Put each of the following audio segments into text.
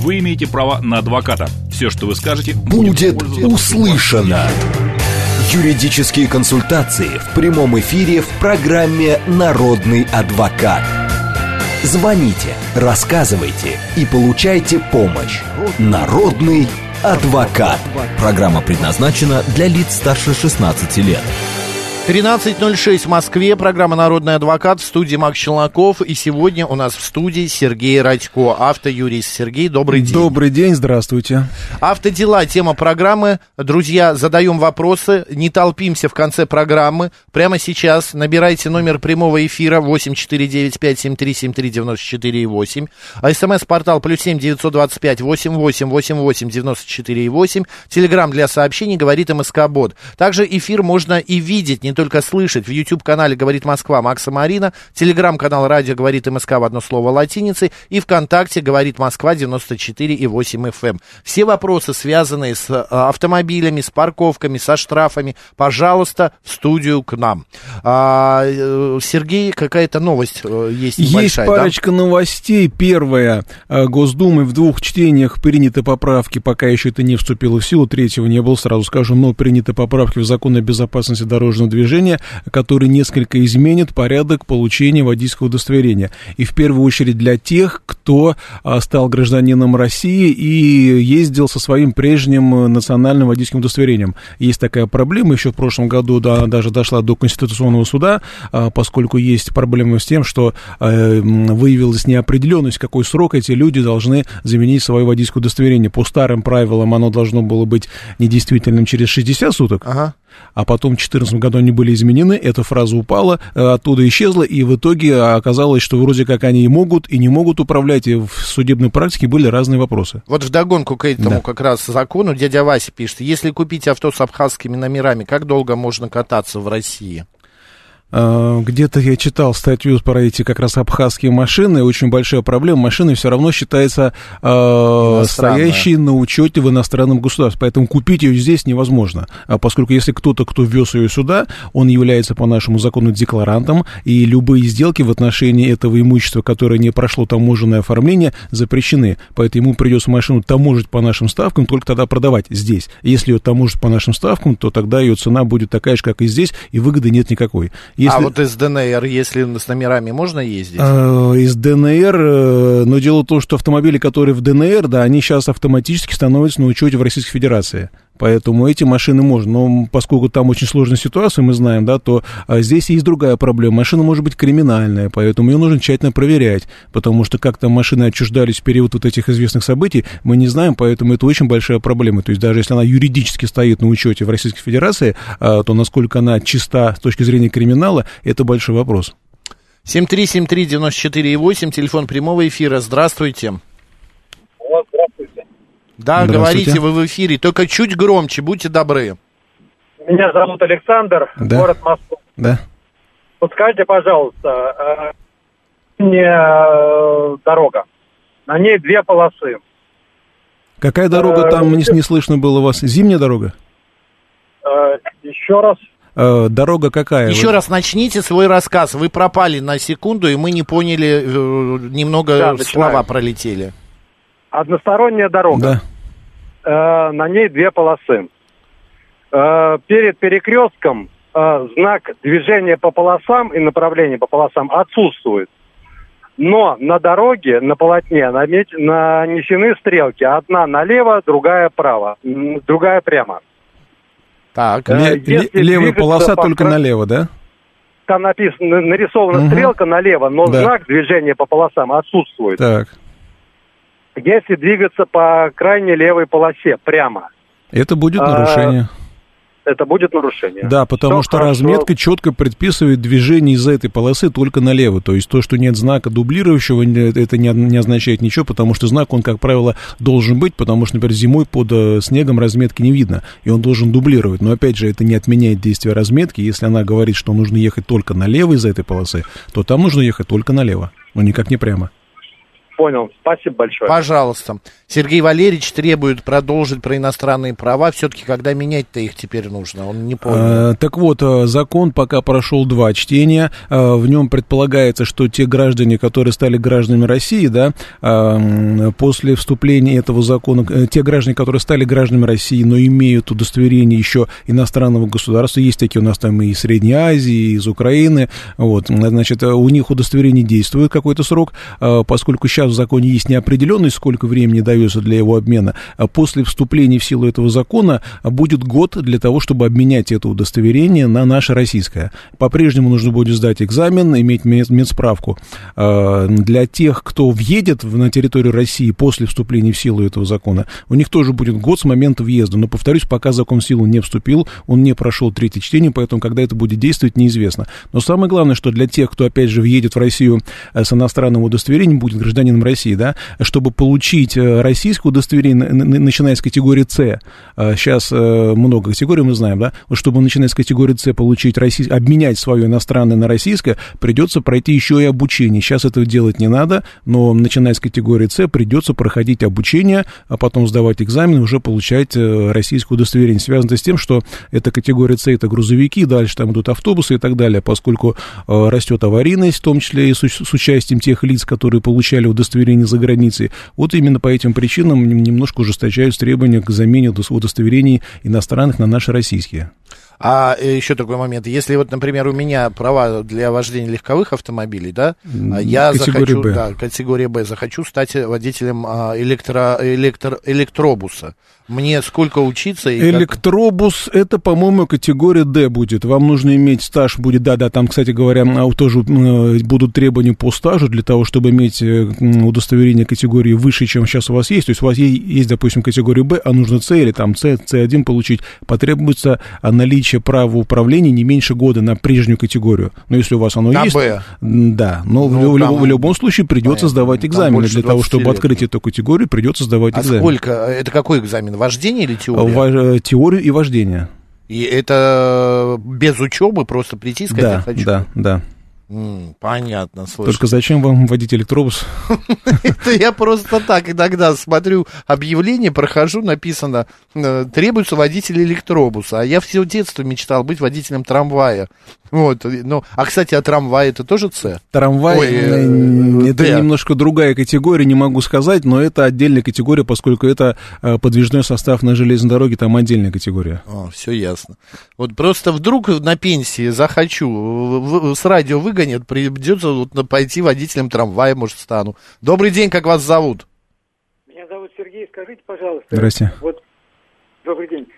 вы имеете право на адвоката. Все, что вы скажете, будет услышано. Юридические консультации в прямом эфире в программе «Народный адвокат». Звоните, рассказывайте и получайте помощь. «Народный адвокат». Программа предназначена для лиц старше 16 лет. 13:06 в Москве, программа «Народный адвокат», в студии Макс Челноков, и сегодня у нас в студии Сергей Радько, автоюрист. Сергей, добрый день. Добрый день, здравствуйте. Автодела, тема программы. Друзья, задаем вопросы, не толпимся в конце программы. Прямо сейчас набирайте номер прямого эфира 8495-7373-94,8, а смс-портал +7 925 8888 94,8, телеграм для сообщений «Говорит МСК-бот». Также эфир можно и видеть, не только слышать, в YouTube-канале «Говорит Москва» Макса Марина, телеграм-канал «Радио говорит МСК» в одно слово латиницей, и ВКонтакте «Говорит Москва» 94,8 FM. Все вопросы, связанные с автомобилями, с парковками, со штрафами, пожалуйста, в студию к нам. Сергей, какая-то новость есть небольшая, есть парочка новостей. Первая. Госдумой в 2 чтениях приняты поправки, пока еще это не вступило в силу, 3-го не было, сразу скажу, но приняты поправки в закон о безопасности дорожного движения, который несколько изменит порядок получения водительского удостоверения. И в первую очередь для тех, кто стал гражданином России и ездил со своим прежним национальным водительским удостоверением. Есть такая проблема, еще в прошлом году даже дошла до Конституционного суда, поскольку есть проблема с тем, что выявилась неопределенность, какой срок эти люди должны заменить свое водительское удостоверение. По старым правилам оно должно было быть недействительным через 60 суток. Ага. А потом в 2014 году они были изменены, эта фраза упала, оттуда исчезла, и в итоге оказалось, что вроде как они и могут, и не могут управлять, и в судебной практике были разные вопросы. Вот вдогонку к этому как раз закону дядя Вася пишет: если купить авто с абхазскими номерами, как долго можно кататься в России? Где-то я читал статью про эти как раз абхазские машины. Очень большая проблема. Машина все равно считается стоящей на учете в иностранном государстве. Поэтому купить ее здесь невозможно. Поскольку если кто-то, кто ввез ее сюда, он является по нашему закону декларантом, и любые сделки в отношении этого имущества, которое не прошло таможенное оформление, запрещены. Поэтому ему придется машину таможить по нашим ставкам, только тогда продавать здесь. Если ее таможить по нашим ставкам, то тогда ее цена будет такая же, как и здесь, и выгоды нет никакой. Если... А вот из ДНР, если с номерами можно ездить? Из ДНР, но дело в том, что автомобили, которые в ДНР, да, они сейчас автоматически становятся на учете в Российской Федерации. Поэтому эти машины можно. Но поскольку там очень сложная ситуация, мы знаем, да, то здесь есть другая проблема. Машина может быть криминальная, поэтому ее нужно тщательно проверять. Потому что как там машины отчуждались в период вот этих известных событий, мы не знаем, поэтому это очень большая проблема. То есть даже если она юридически стоит на учете в Российской Федерации, то насколько она чиста с точки зрения криминала, это большой вопрос. 7373948, телефон прямого эфира. Здравствуйте. Здравствуйте. Да, говорите, вы в эфире, только чуть громче, будьте добры. Меня зовут Александр, да. Город Москва. Да. Подскажите, пожалуйста, мне дорога, на ней 2 полосы. Какая дорога там, не слышно было у вас? Зимняя дорога? Еще раз. Дорога какая? Еще раз начните свой рассказ. Вы пропали на секунду, и мы не поняли, немного слова пролетели. Односторонняя дорога. Да. На ней 2 полосы. Перед перекрестком знак движения по полосам и направления по полосам отсутствует. Но на дороге, на полотне нанесены стрелки. Одна налево, другая право, другая прямо. Так, левая полоса только налево, да? Там написано, нарисована стрелка налево, но знак движения по полосам отсутствует. Так. Если двигаться по крайней левой полосе прямо. Это будет нарушение. Это будет нарушение. Да, потому что разметка четко предписывает движение из этой полосы только налево. То есть то, что нет знака дублирующего, это не означает ничего, потому что знак, он, как правило, должен быть, потому что, например, зимой под снегом разметки не видно, и он должен дублировать. Но, опять же, это не отменяет действие разметки. Если она говорит, что нужно ехать только налево из этой полосы, то там нужно ехать только налево, но никак не прямо. Понял. Спасибо большое. Пожалуйста. Сергей Валерьевич требует продолжить про иностранные права. Все-таки когда менять-то их теперь нужно? Он не понял. Так вот, закон пока прошел 2 чтения. В нем предполагается, что те граждане, которые стали гражданами России, да, после вступления этого закона, те граждане, которые стали гражданами России, но имеют удостоверение еще иностранного государства, есть такие у нас там и из Средней Азии, и из Украины, вот, значит, у них удостоверение действует какой-то срок, поскольку сейчас в законе есть неопределенность, сколько времени дается для его обмена, после вступления в силу этого закона будет год для того, чтобы обменять это удостоверение на наше российское. По-прежнему нужно будет сдать экзамен, иметь медсправку. Для тех, кто въедет на территорию России после вступления в силу этого закона, у них тоже будет год с момента въезда. Но, повторюсь, пока закон в силу не вступил, он не прошел 3-е чтение, поэтому, когда это будет действовать, неизвестно. Но самое главное, что для тех, кто, опять же, въедет в Россию с иностранным удостоверением, будет гражданином России, да, чтобы получить российское удостоверение, начиная с категории С, сейчас много категорий мы знаем, да, вот чтобы, начиная с категории С, получить обменять свое иностранное на российское, придется пройти еще и обучение. Сейчас этого делать не надо, но, начиная с категории С, придется проходить обучение, а потом сдавать экзамен и уже получать российское удостоверение. Связано с тем, что эта категория С, это грузовики, дальше там идут автобусы и так далее, поскольку растет аварийность, в том числе и с участием тех лиц, которые получали удостоверение за границей. Вот именно по этим причинам немножко ужесточаются требования к замене удостоверений иностранных на наши российские. А еще такой момент. Если вот, например, у меня права для вождения легковых автомобилей, да, я захочу, да, категория Б, захочу стать водителем электробуса. Мне сколько учиться? И электробус, это, по-моему, категория D будет. Вам нужно иметь стаж, будет, да, там, кстати говоря, тоже будут требования по стажу для того, чтобы иметь удостоверение категории выше, чем сейчас у вас есть. То есть у вас есть, допустим, категория Б, а нужно С или там С1 получить. Потребуется наличие права управления не меньше года на прежнюю категорию. Но если у вас оно на есть... Б. Да, но в любом случае придется сдавать экзамены. Для того, чтобы открыть эту категорию, придется сдавать экзамен. А сколько? Это какой экзамен? Вождение или теория? Теорию и вождение. И это без учебы просто прийти и сказать, да, я хочу? Да. Понятно, слушай. Только зачем вам водить электробус? Это я просто так иногда смотрю объявление, прохожу, написано, требуется водитель электробуса. А я все детство мечтал быть водителем трамвая. Вот, ну, кстати, а трамвай это тоже С? Трамвай, это немножко другая категория, не могу сказать, но это отдельная категория, поскольку это подвижной состав на железной дороге, там отдельная категория. Все ясно. Вот просто вдруг на пенсии захочу, с радио выгонят, придется пойти водителем трамвая, может, стану. Добрый день, как вас зовут? Меня зовут Сергей, скажите, пожалуйста. Здрасте. Вот, добрый день.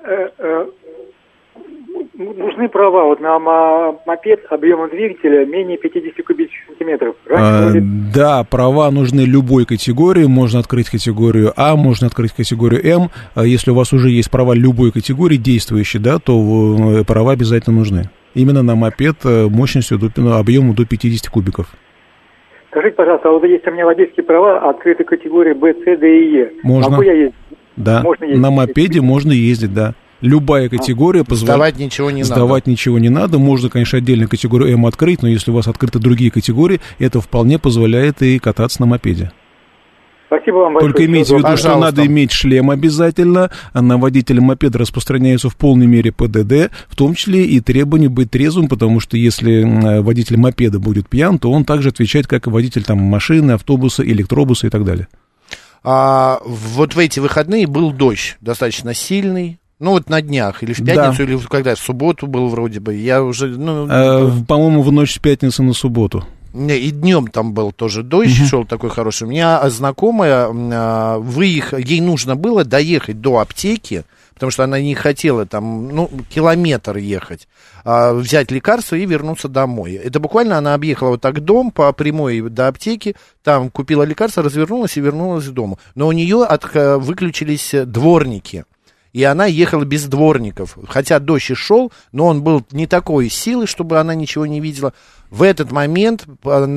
Нужны права вот на мопед объемом двигателя менее 50 кубических сантиметров. Да, права нужны любой категории. Можно открыть категорию А, можно открыть категорию М. Если у вас уже есть права любой категории действующие, да, то права обязательно нужны. Именно на мопед мощностью, объемом до 50 кубиков. Скажите, пожалуйста, а вот есть у меня водительские права открытой категории Б, С, Д и Е. Можно. Могу я ездить? Да, можно ездить? На мопеде можно ездить, да. Любая категория позволяет... Сдавать ничего не надо. Можно, конечно, отдельно категорию М открыть, но если у вас открыты другие категории, это вполне позволяет и кататься на мопеде. Спасибо вам большое. Только имейте в виду, что надо иметь шлем обязательно. На водителя мопеда распространяются в полной мере ПДД, в том числе и требование быть трезвым, потому что если водитель мопеда будет пьян, то он также отвечает, как и водитель там, машины, автобуса, электробуса и так далее. Вот в эти выходные был дождь достаточно сильный. Ну, вот на днях, или в пятницу, или когда, в субботу был вроде бы, я уже... по-моему, в ночь с пятницы на субботу. И днем там был тоже дождь, шел такой хороший. У меня знакомая, ей нужно было доехать до аптеки, потому что она не хотела там, километр ехать, взять лекарство и вернуться домой. Это буквально она объехала вот так дом по прямой до аптеки, там купила лекарство, развернулась и вернулась к дому. Но у нее выключились дворники. и она ехала без дворников. Хотя дождь и шел, но он был не такой силы, чтобы она ничего не видела. В этот момент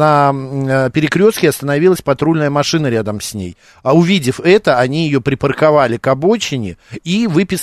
на перекрестке остановилась патрульная машина рядом с ней. А увидев это, они ее припарковали к обочине и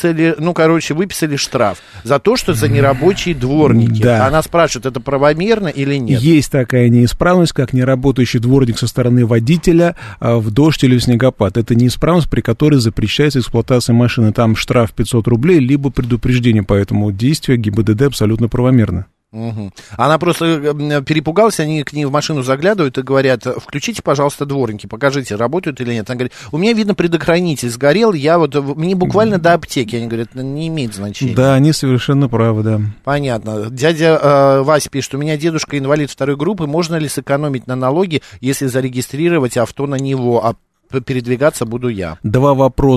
выписали штраф за то, что за нерабочие дворники. Да. Она спрашивает, это правомерно или нет? Есть такая неисправность, как неработающий дворник со стороны водителя в дождь или в снегопад. Это неисправность, при которой запрещается эксплуатация машины. Там штраф 500 рублей, либо предупреждение. Поэтому действие ГИБДД абсолютно правомерно. Угу. Она просто перепугалась, они к ней в машину заглядывают и говорят, включите, пожалуйста, дворники, покажите, работают или нет. Она говорит, у меня, видно, предохранитель сгорел, мне буквально до аптеки. Они говорят, не имеет значения. Да, они совершенно правы, да. Понятно. Дядя Вася пишет, у меня дедушка инвалид 2 группы, можно ли сэкономить на налоге, если зарегистрировать авто на него, а передвигаться буду я. 2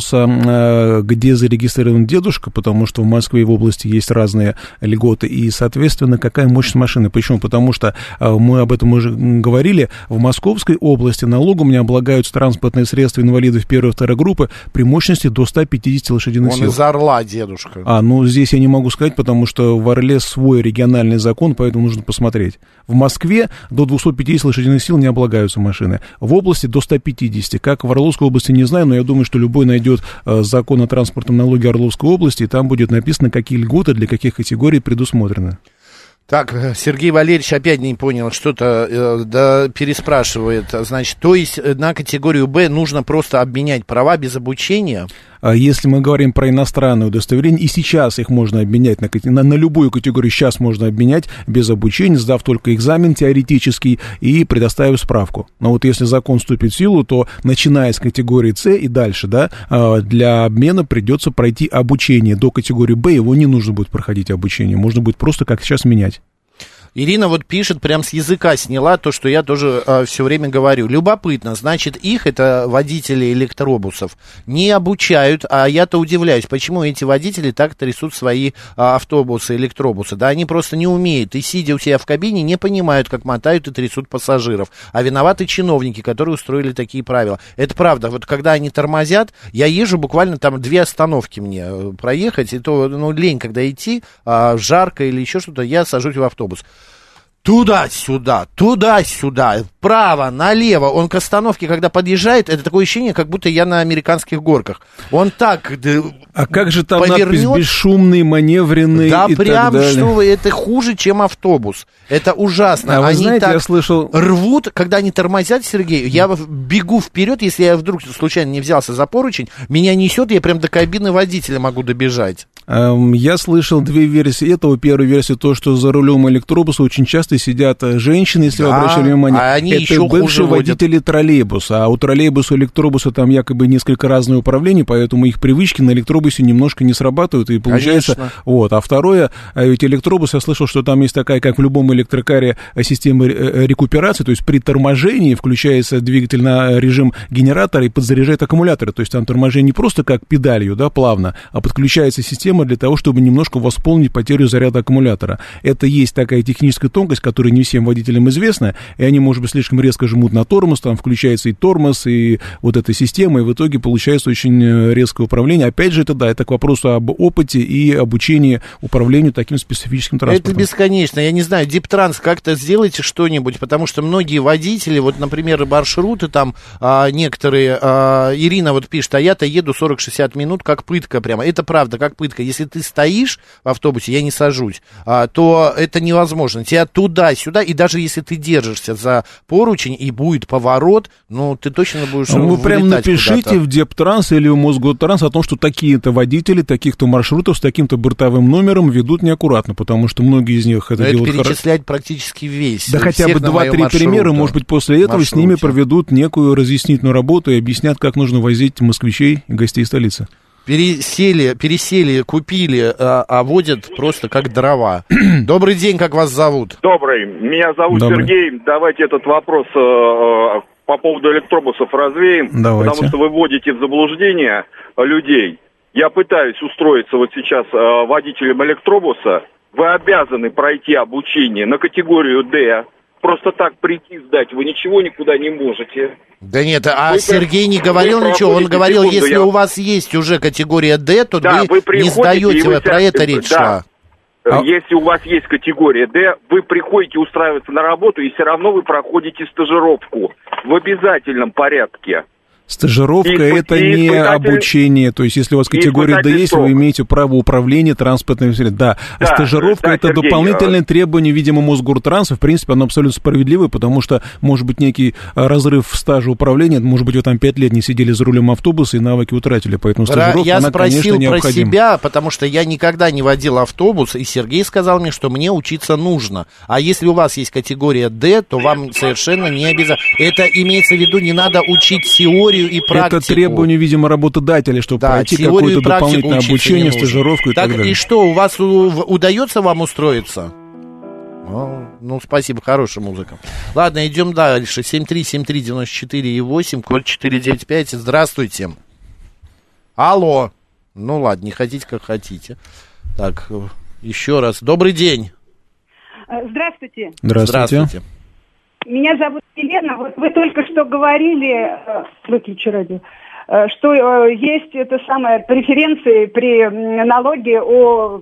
вопроса, где зарегистрирован дедушка, потому что в Москве и в области есть разные льготы, и, соответственно, какая мощность машины. Почему? Потому что мы об этом уже говорили, в Московской области налогом не облагаются транспортные средства инвалидов 1 и 2 группы при мощности до 150 лошадиных сил. Он из Орла, дедушка. Здесь я не могу сказать, потому что в Орле свой региональный закон, поэтому нужно посмотреть. В Москве до 250 лошадиных сил не облагаются машины. В области до 150. Как в Орловской области, не знаю, но я думаю, что любой найдет закон о транспортном налоге Орловской области, и там будет написано, какие льготы для каких категорий предусмотрены. Так, Сергей Валерьевич опять не понял, что-то переспрашивает. Значит, то есть на категорию Б нужно просто обменять права без обучения? Если мы говорим про иностранные удостоверения, и сейчас их можно обменять на любую категорию, сейчас можно обменять без обучения, сдав только экзамен теоретический и предоставив справку. Но вот если закон вступит в силу, то начиная с категории С и дальше, да, для обмена придется пройти обучение. До категории Б его не нужно будет проходить обучение, можно будет просто как сейчас менять. Ирина вот пишет, прям с языка сняла то, что я тоже все время говорю. Любопытно, значит, их, это водители электробусов, не обучают, а я-то удивляюсь, почему эти водители так трясут свои автобусы, электробусы. Да они просто не умеют, и сидя у себя в кабине, не понимают, как мотают и трясут пассажиров. А виноваты чиновники, которые устроили такие правила. Это правда, вот когда они тормозят, я езжу буквально там 2 остановки мне проехать, и то, лень, когда идти, жарко или еще что-то, я сажусь в автобус. Туда-сюда, вправо, налево. Он к остановке, когда подъезжает, это такое ощущение, как будто я на американских горках. Он так А как же там повернет, надпись «бесшумный, маневренный» да, и прям, так далее? что вы, это хуже, чем автобус. Это ужасно. Вы они знаете, так я слышал... рвут, когда они тормозят, Сергей, я бегу вперед, если я вдруг случайно не взялся за поручень, меня несет, я прям до кабины водителя могу добежать. Я слышал 2 версии этого. Первая версия то, что за рулем электробуса очень часто сидят женщины, если вы обращали внимание. А они это еще бывшие водители троллейбуса. А у троллейбуса и электробуса там якобы несколько разных управлений, поэтому их привычки на электробусе немножко не срабатывают. И получается... Конечно. Вот. А второе, ведь электробус, я слышал, что там есть такая, как в любом электрокаре, система рекуперации, то есть при торможении включается двигатель на режим генератора и подзаряжает аккумуляторы. То есть там торможение не просто как педалью, да, плавно, а подключается система для того, чтобы немножко восполнить потерю заряда аккумулятора. Это есть такая техническая тонкость, которая не всем водителям известна, и они, может быть, слишком резко жмут на тормоз, там включается и тормоз, и вот эта система, и в итоге получается очень резкое управление. Опять же, это да, это к вопросу об опыте и обучении управлению таким специфическим транспортом. Это бесконечно. Я не знаю, Диптранс, как-то сделайте что-нибудь, потому что многие водители, вот, например, маршруты там некоторые, Ирина вот пишет, а я-то еду 40-60 минут, как пытка прямо. Это правда, как пытка. Если ты стоишь в автобусе, я не сажусь, то это невозможно. Тебя туда-сюда, и даже если ты держишься за поручень и будет поворот, ты точно будешь вы прям напишите куда-то в Дептранс или в Мосгортранс о том, что такие-то водители таких-то маршрутов с таким-то бортовым номером ведут неаккуратно, потому что многие из них это делают хорошо. Перечислять практически весь. Да хотя бы 2-3 примера, может быть, после этого с ними проведут некую разъяснительную работу и объяснят, как нужно возить москвичей и гостей столицы. Пересели, купили, а водят просто как дрова. Добрый день, как вас зовут? Добрый, меня зовут Сергей. Давайте этот вопрос по поводу электробусов развеем. Давайте. Потому что вы вводите в заблуждение людей. Я пытаюсь устроиться вот сейчас водителем электробуса. Вы обязаны пройти обучение на категорию D, просто так прийти сдать, вы ничего никуда не можете. Да нет, Сергей не говорил ничего, он говорил, если у вас есть уже категория D, то вы не сдаете, про это речь шла. Если у вас есть категория D, вы приходите устраиваться на работу, и все равно вы проходите стажировку в обязательном порядке. Стажировка – это не обучение, то есть если у вас категория D есть, вы имеете право управления транспортным средством. Да, стажировка – это Сергей, дополнительное требование, видимо, Мосгортранса. В принципе, оно абсолютно справедливое, потому что может быть некий разрыв в стаже управления, может быть, вы там 5 лет не сидели за рулем автобуса и навыки утратили, поэтому стажировка, она, конечно, необходима. Я спросил про себя, потому что я никогда не водил автобус, и Сергей сказал мне, что мне учиться нужно. А если у вас есть категория D, то вам совершенно не обязательно. Это имеется в виду, не надо учить теорию и практику. Это требование, видимо, работодателя, чтобы пройти какое-то дополнительное обучение, стажировку и так далее. И что, у вас удается вам устроиться? Ну, спасибо, хорошая музыка. Ладно, идем дальше. 7373948, код 495. Здравствуйте. Алло. Ну, ладно, не хотите, как хотите. Так, еще раз. Добрый день. Здравствуйте. Здравствуйте. Меня зовут Елена. Вот вы только что говорили, выключи радио, что есть это самое преференции при налоге о...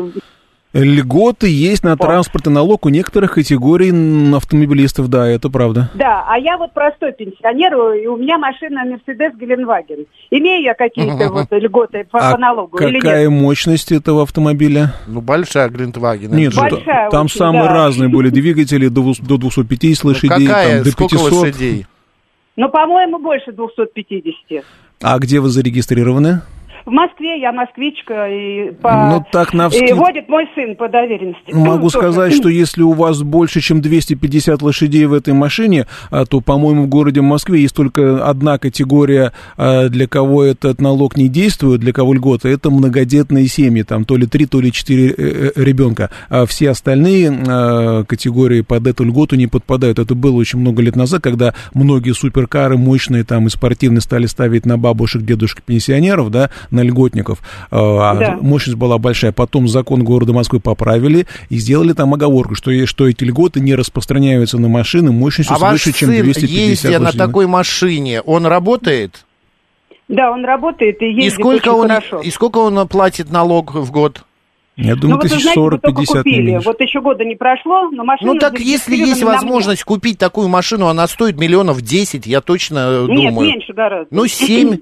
Льготы есть на транспортный налог у некоторых категорий автомобилистов, да, это правда. Да, а я вот простой пенсионер, и у меня машина Mercedes Геленваген. Имею я какие-то вот льготы по налогу или нет? Какая мощность этого автомобиля? Ну, большая Геленваген. Нет, большая, там очень, самые разные были двигатели, до 250 лошадей, какая? Там, до 500. Сколько лошадей? Ну, по-моему, больше 250. А где вы зарегистрированы? В Москве, я москвичка, и водит мой сын по доверенности. Могу сказать, что если у вас больше, чем 250 лошадей в этой машине, то, по-моему, в городе Москве есть только одна категория, для кого этот налог не действует, для кого льгота, это многодетные семьи, там то ли 3, то ли 4 ребенка. А все остальные категории под эту льготу не подпадают. Это было очень много лет назад, когда многие суперкары мощные там и спортивные стали ставить на бабушек, дедушек, пенсионеров, да, на льготников, мощность была большая. Потом закон города Москвы поправили и сделали там оговорку, что эти льготы не распространяются на машины мощностью свыше, чем 250 лошадей. Ездя на такой машине, он работает? Да, он работает и ездит очень хорошо. И сколько он платит налог в год? Я думаю, 1040-50 не меньше. Вот еще года не прошло, но машина... Ну, так если есть возможность купить такую машину, она стоит 10 миллионов, я точно думаю. Нет, меньше гораздо. Ну, 6-7.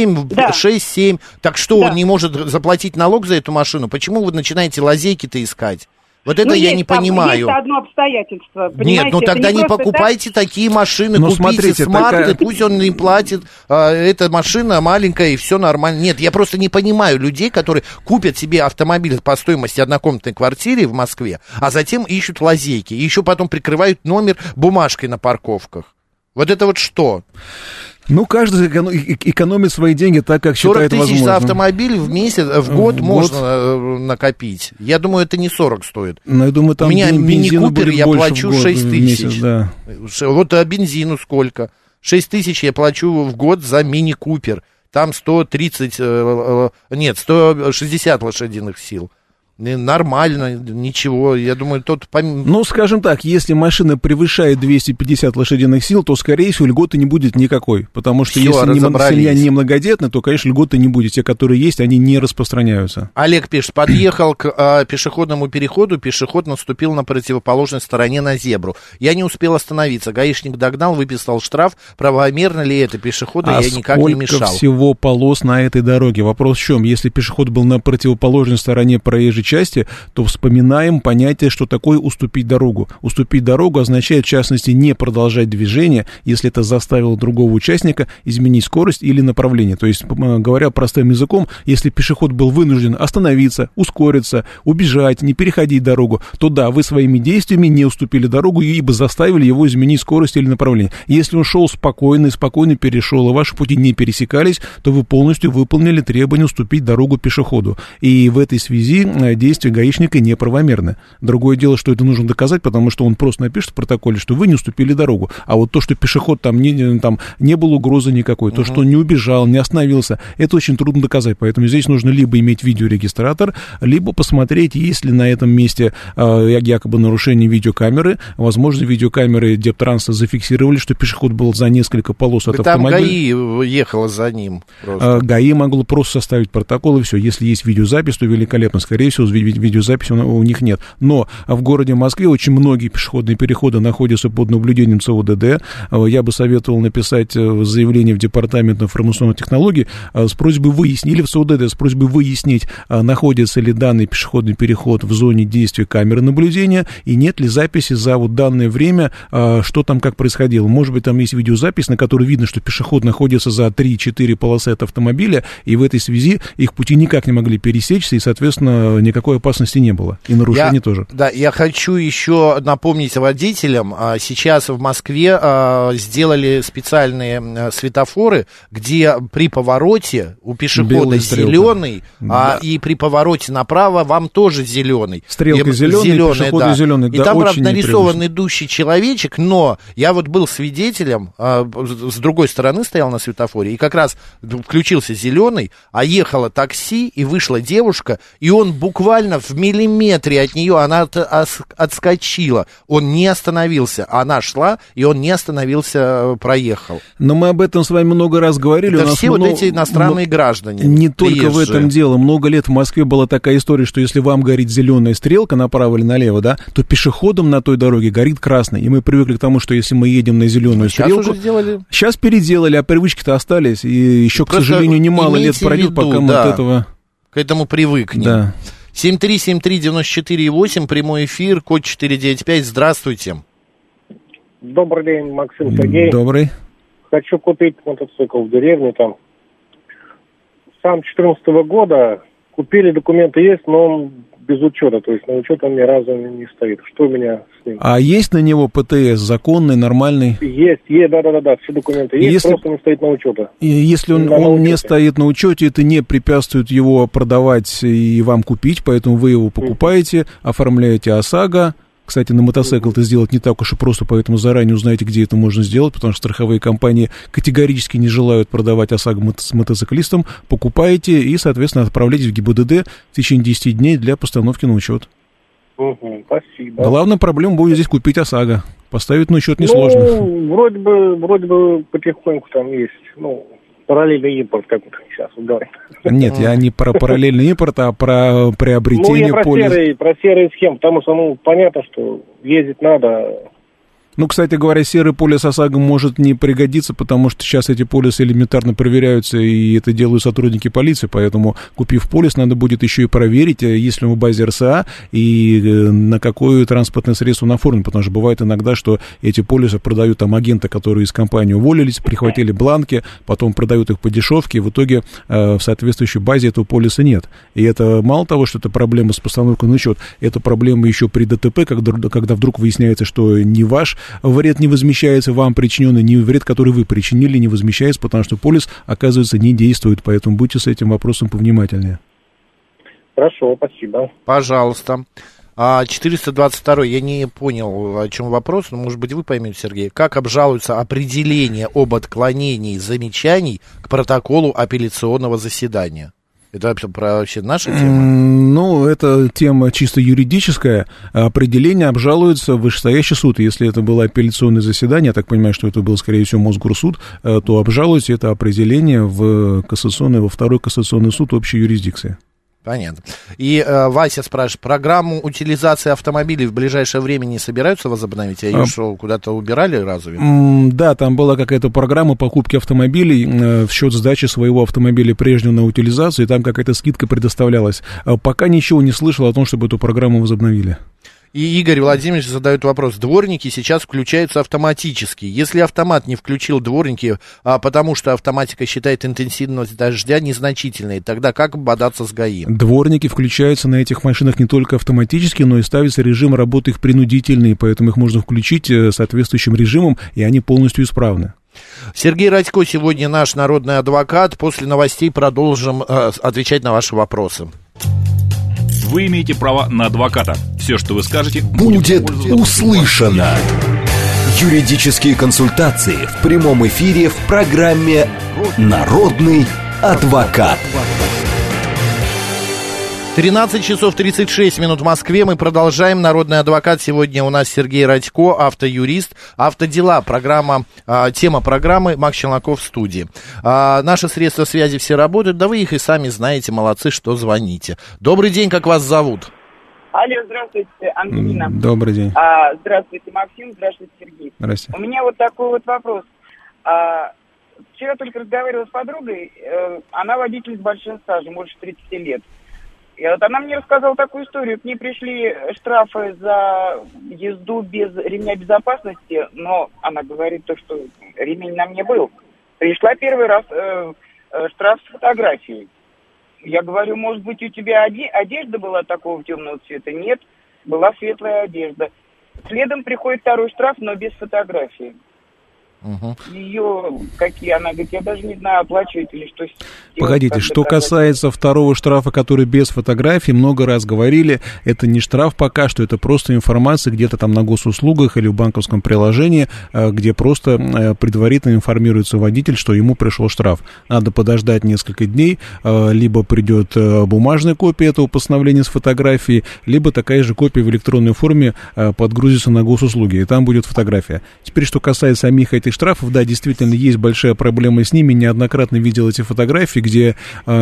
Так что, он не может заплатить налог за эту машину? Почему вы начинаете лазейки-то искать? Вот это я не понимаю. Есть одно обстоятельство. Нет, ну тогда не покупайте такие машины, купите смарт, и пусть он не платит. Эта машина маленькая, и все нормально. Нет, я просто не понимаю людей, которые купят себе автомобиль по стоимости однокомнатной квартиры в Москве, а затем ищут лазейки, и еще потом прикрывают номер бумажкой на парковках. Вот это вот что? Ну, каждый экономит свои деньги так, как считает возможным. 40 тысяч за автомобиль в месяц, в год можно накопить. Я думаю, это не 40 стоит. Ну, я думаю, там у меня мини-купер, я плачу 6 тысяч. Месяц, да. Вот бензину сколько? 6 тысяч я плачу в год за мини-купер. Там 160 лошадиных сил. Нормально, ничего, я думаю, Ну, скажем так, если машина превышает 250 лошадиных сил, то, скорее всего, льготы не будет никакой, потому что если семья не многодетная, то, конечно, льготы не будет, те, которые есть, они не распространяются. Олег пишет, подъехал к пешеходному переходу, пешеход наступил на противоположной стороне на зебру. Я не успел остановиться, гаишник догнал, выписал штраф, правомерно ли это пешеходу, я никак не мешал. Сколько всего полос на этой дороге? Вопрос в чем? Если пешеход был на противоположной стороне проезжей части, то вспоминаем понятие, что такое уступить дорогу. Уступить дорогу означает, в частности, не продолжать движение, если это заставило другого участника изменить скорость или направление. То есть, говоря простым языком, если пешеход был вынужден остановиться, ускориться, убежать, не переходить дорогу, то да, вы своими действиями не уступили дорогу, ибо заставили его изменить скорость или направление. Если он шел спокойно перешел, и ваши пути не пересекались, то вы полностью выполнили требование уступить дорогу пешеходу. И в этой связи действия гаишника неправомерны. Другое дело, что это нужно доказать, потому что он просто напишет в протоколе, что вы не уступили дорогу. А вот то, что пешеход там не было угрозы никакой, то, что он не убежал, не остановился, это очень трудно доказать. Поэтому здесь нужно либо иметь видеорегистратор, либо посмотреть, есть ли на этом месте якобы нарушение видеокамеры. Возможно, видеокамеры Дептранса зафиксировали, что пешеход был за несколько полос от автомобиля. Там ГАИ ехала за ним. ГАИ могло просто составить протокол, и все. Если есть видеозапись, то великолепно. Скорее всего, видеозаписи у них нет. Но в городе Москве очень многие пешеходные переходы находятся под наблюдением ЦОДД. Я бы советовал написать заявление в Департамент информационных технологий с просьбой выяснить, или в ЦОДД с просьбой выяснить, находится ли данный пешеходный переход в зоне действия камеры наблюдения, и нет ли записи за вот данное время, что там как происходило. Может быть, там есть видеозапись, на которой видно, что пешеход находится за 3-4 полосы от автомобиля, и в этой связи их пути никак не могли пересечься, и, соответственно, никакой опасности не было. И нарушений тоже. Да, я хочу еще напомнить водителям, сейчас в Москве сделали специальные светофоры, где при повороте у пешехода зеленый, и при повороте направо вам тоже зеленый. Стрелка зеленая, пешехода зеленый. И там, правда, нарисован идущий человечек, но я вот был свидетелем, с другой стороны стоял на светофоре, и как раз включился зеленый, а ехало такси, и вышла девушка, и он буквально в миллиметре от нее, она отскочила, он не остановился, она шла, и он не остановился, проехал. Но мы об этом с вами много раз говорили. Это все вот эти иностранные граждане. Не только в этом дело. Много лет в Москве была такая история, что если вам горит зеленая стрелка направо или налево, да, то пешеходам на той дороге горит красный. И мы привыкли к тому, что если мы едем на зеленую стрелку... Сейчас уже сделали. Сейчас переделали, а привычки-то остались. И еще, к сожалению, немало лет пройдет, пока мы от этого... К этому привыкнем. Да. 7373948, прямой эфир, код 495. Здравствуйте. Добрый день, Максим, Сергей. Добрый. Хочу купить мотоцикл в деревне там. Сам 2014 года купили, документы есть, но он без учета, то есть на учет он ни разу не стоит. Что у меня с ним? А есть на него ПТС законный, нормальный? Есть, да, все документы есть, просто не стоит на учете. Если он не стоит на учете, это не препятствует его продавать и вам купить, поэтому вы его покупаете, оформляете ОСАГО. Кстати, на мотоцикл это сделать не так уж и просто, поэтому заранее узнаете, где это можно сделать, потому что страховые компании категорически не желают продавать ОСАГО с мотоциклистам. Покупаете и, соответственно, отправляйтесь в ГИБДД в течение 10 дней для постановки на учет. Спасибо. Главная проблема будет здесь купить ОСАГО. Поставить на учет несложно. Вроде бы потихоньку там есть, параллельный импорт, как сейчас говорят. Нет, я не про параллельный импорт, а про приобретение полиса. Я про серые схемы, потому что, понятно, что ездить надо. Кстати говоря, серый полис ОСАГО может не пригодиться, потому что сейчас эти полисы элементарно проверяются, и это делают сотрудники полиции, поэтому, купив полис, надо будет еще и проверить, есть ли он в базе РСА, и на какое транспортное средство он оформлен, потому что бывает иногда, что эти полисы продают там агенты, которые из компании уволились, прихватили бланки, потом продают их по дешевке, и в итоге в соответствующей базе этого полиса нет. И это мало того, что это проблема с постановкой на учет, это проблема еще при ДТП, когда вдруг выясняется, что не ваш вред не возмещается, вам причиненный, не вред, который вы причинили, не возмещается, потому что полис, оказывается, не действует, поэтому будьте с этим вопросом повнимательнее. Хорошо, спасибо. Пожалуйста. 422, я не понял, о чем вопрос, но, может быть, вы поймете, Сергей. Как обжалуется определение об отклонении замечаний к протоколу апелляционного заседания? Это вообще наша тема? Это тема чисто юридическая. Определение обжалуется в вышестоящий суд. Если это было апелляционное заседание, я так понимаю, что это был, скорее всего, Мосгорсуд, то обжалуйте это определение во второй кассационный суд общей юрисдикции. Понятно. И Вася спрашивает, программу утилизации автомобилей в ближайшее время не собираются возобновить? А ее что, куда-то убирали разве? Да, там была какая-то программа покупки автомобилей в счет сдачи своего автомобиля прежнего на утилизацию, и там какая-то скидка предоставлялась. Пока ничего не слышал о том, чтобы эту программу возобновили. И Игорь Владимирович задает вопрос. Дворники сейчас включаются автоматически. Если автомат не включил дворники, потому что автоматика считает интенсивность дождя незначительной, тогда как бодаться с ГАИ? Дворники включаются на этих машинах не только автоматически, но и ставится режим работы их принудительный, поэтому их можно включить соответствующим режимом, и они полностью исправны. Сергей Радько сегодня наш народный адвокат. После новостей продолжим отвечать на ваши вопросы. Вы имеете право на адвоката. Все, что вы скажете, будет услышано. Юридические консультации в прямом эфире в программе «Народный адвокат». 13 часов 36 минут в Москве. Мы продолжаем. Народный адвокат. Сегодня у нас Сергей Радько, автоюрист. Автодела. Тема программы. Макс Челноков в студии. Наши средства связи все работают. Да вы их и сами знаете. Молодцы, что звоните. Добрый день, как вас зовут? Алло, здравствуйте, Антонина. Добрый день. Здравствуйте, Максим. Здравствуйте, Сергей. Здравствуйте. У меня вот такой вот вопрос. Вчера только разговаривала с подругой. Она водитель с большим стажем, больше 30 лет. И вот она мне рассказала такую историю. К ней пришли штрафы за езду без ремня безопасности, но она говорит, что ремень на мне был. Пришла первый раз штраф с фотографией. Я говорю, может быть, у тебя одежда была такого темного цвета? Нет, была светлая одежда. Следом приходит второй штраф, но без фотографии. Ее какие, она говорит, я даже не знаю, оплачивать или что. Погодите, что касается второго штрафа, который без фотографий, много раз говорили, это не штраф пока что, это просто информация где-то там на госуслугах или в банковском приложении, где просто предварительно информируется водитель, что ему пришел штраф. Надо подождать несколько дней, либо придет бумажная копия этого постановления с фотографией, либо такая же копия в электронной форме подгрузится на госуслуги, и там будет фотография. Теперь, что касается самих этих штрафов, да, действительно, есть большая проблема с ними. Неоднократно видел эти фотографии, где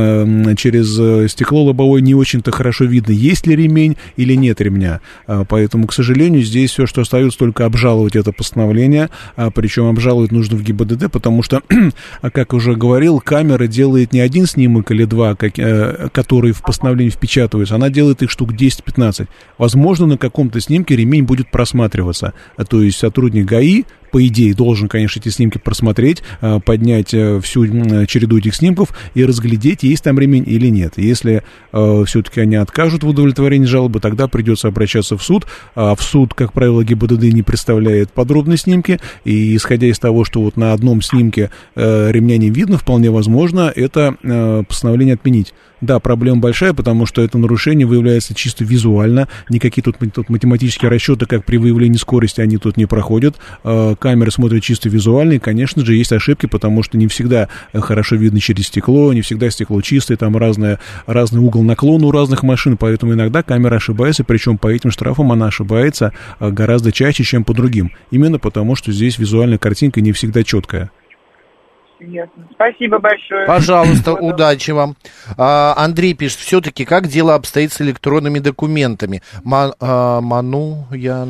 через стекло лобовое не очень-то хорошо видно, есть ли ремень или нет ремня. Поэтому, к сожалению, здесь все, что остается, только обжаловать это постановление. Причем обжаловать нужно в ГИБДД, потому что, как уже говорил, камера делает не один снимок или два, которые в постановлении впечатываются, она делает их штук 10-15. Возможно, на каком-то снимке ремень будет просматриваться. То есть сотрудник ГАИ, по идее, должен, конечно, эти снимки просмотреть, поднять всю череду этих снимков и разглядеть, есть там ремень или нет. Если все-таки они откажут в удовлетворении жалобы, тогда придется обращаться в суд. А в суд, как правило, ГИБДД не представляет подробные снимки, и исходя из того, что вот на одном снимке ремня не видно, вполне возможно это постановление отменить. Да, проблема большая, потому что это нарушение выявляется чисто визуально. Никакие тут математические расчеты, как при выявлении скорости, они тут не проходят. Камеры смотрят чисто визуально, и, конечно же, есть ошибки, потому что не всегда хорошо видно через стекло, не всегда стекло чистое, там разный угол наклона у разных машин, поэтому иногда камера ошибается, причем по этим штрафам она ошибается гораздо чаще, чем по другим. Именно потому, что здесь визуальная картинка не всегда четкая. Спасибо большое. Пожалуйста, удачи вам. Андрей пишет, все-таки как дело обстоит с электронными документами? Могу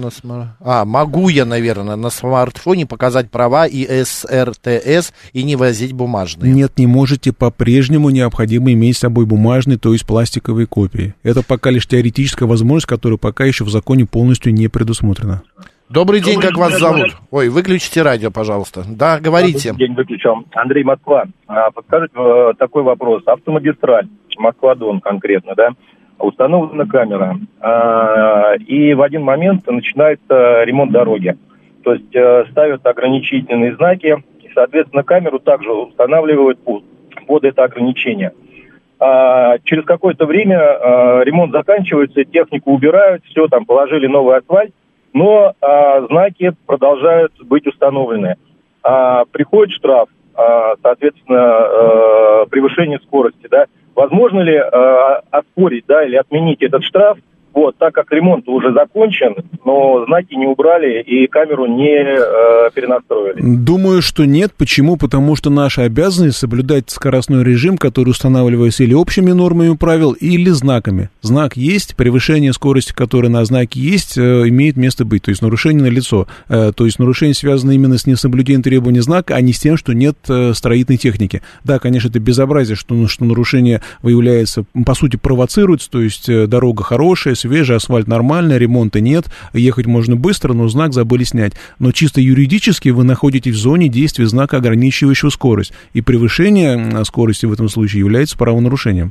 я, наверное, на смартфоне показать права и СРТС и не возить бумажные? Нет, не можете. По-прежнему необходимо иметь с собой бумажные, то есть пластиковые копии. Это пока лишь теоретическая возможность, которая пока еще в законе полностью не предусмотрена. Добрый день, как вас зовут? Ой, выключите радио, пожалуйста. Да, говорите. Добрый день, выключил. Андрей, Москва. Подскажите такой вопрос. Автомагистраль, Москва-Дон конкретно, да? Установлена камера. И в один момент начинается ремонт дороги. То есть ставят ограничительные знаки, и, соответственно, камеру также устанавливают под это ограничение. Через какое-то время ремонт заканчивается, технику убирают, все, там положили новый асфальт, но знаки продолжают быть установлены. Приходит штраф, соответственно, превышение скорости, да. Возможно ли оспорить, да, или отменить этот штраф, вот, так как ремонт уже закончен, но знаки не убрали и камеру не перенастроили? Думаю, что нет. Почему? Потому что наша обязанность соблюдать скоростной режим, который устанавливается или общими нормами правил, или знаками. Знак есть, превышение скорости, которое на знаке есть, имеет место быть. То есть нарушение налицо. То есть нарушение связано именно с несоблюдением требований знака, а не с тем, что нет строительной техники. Да, конечно, это безобразие, что нарушение выявляется, по сути, провоцируется, то есть дорога хорошая, свежий, асфальт нормальный, ремонта нет, ехать можно быстро, но знак забыли снять. Но чисто юридически вы находитесь в зоне действия знака, ограничивающего скорость. И превышение скорости в этом случае является правонарушением.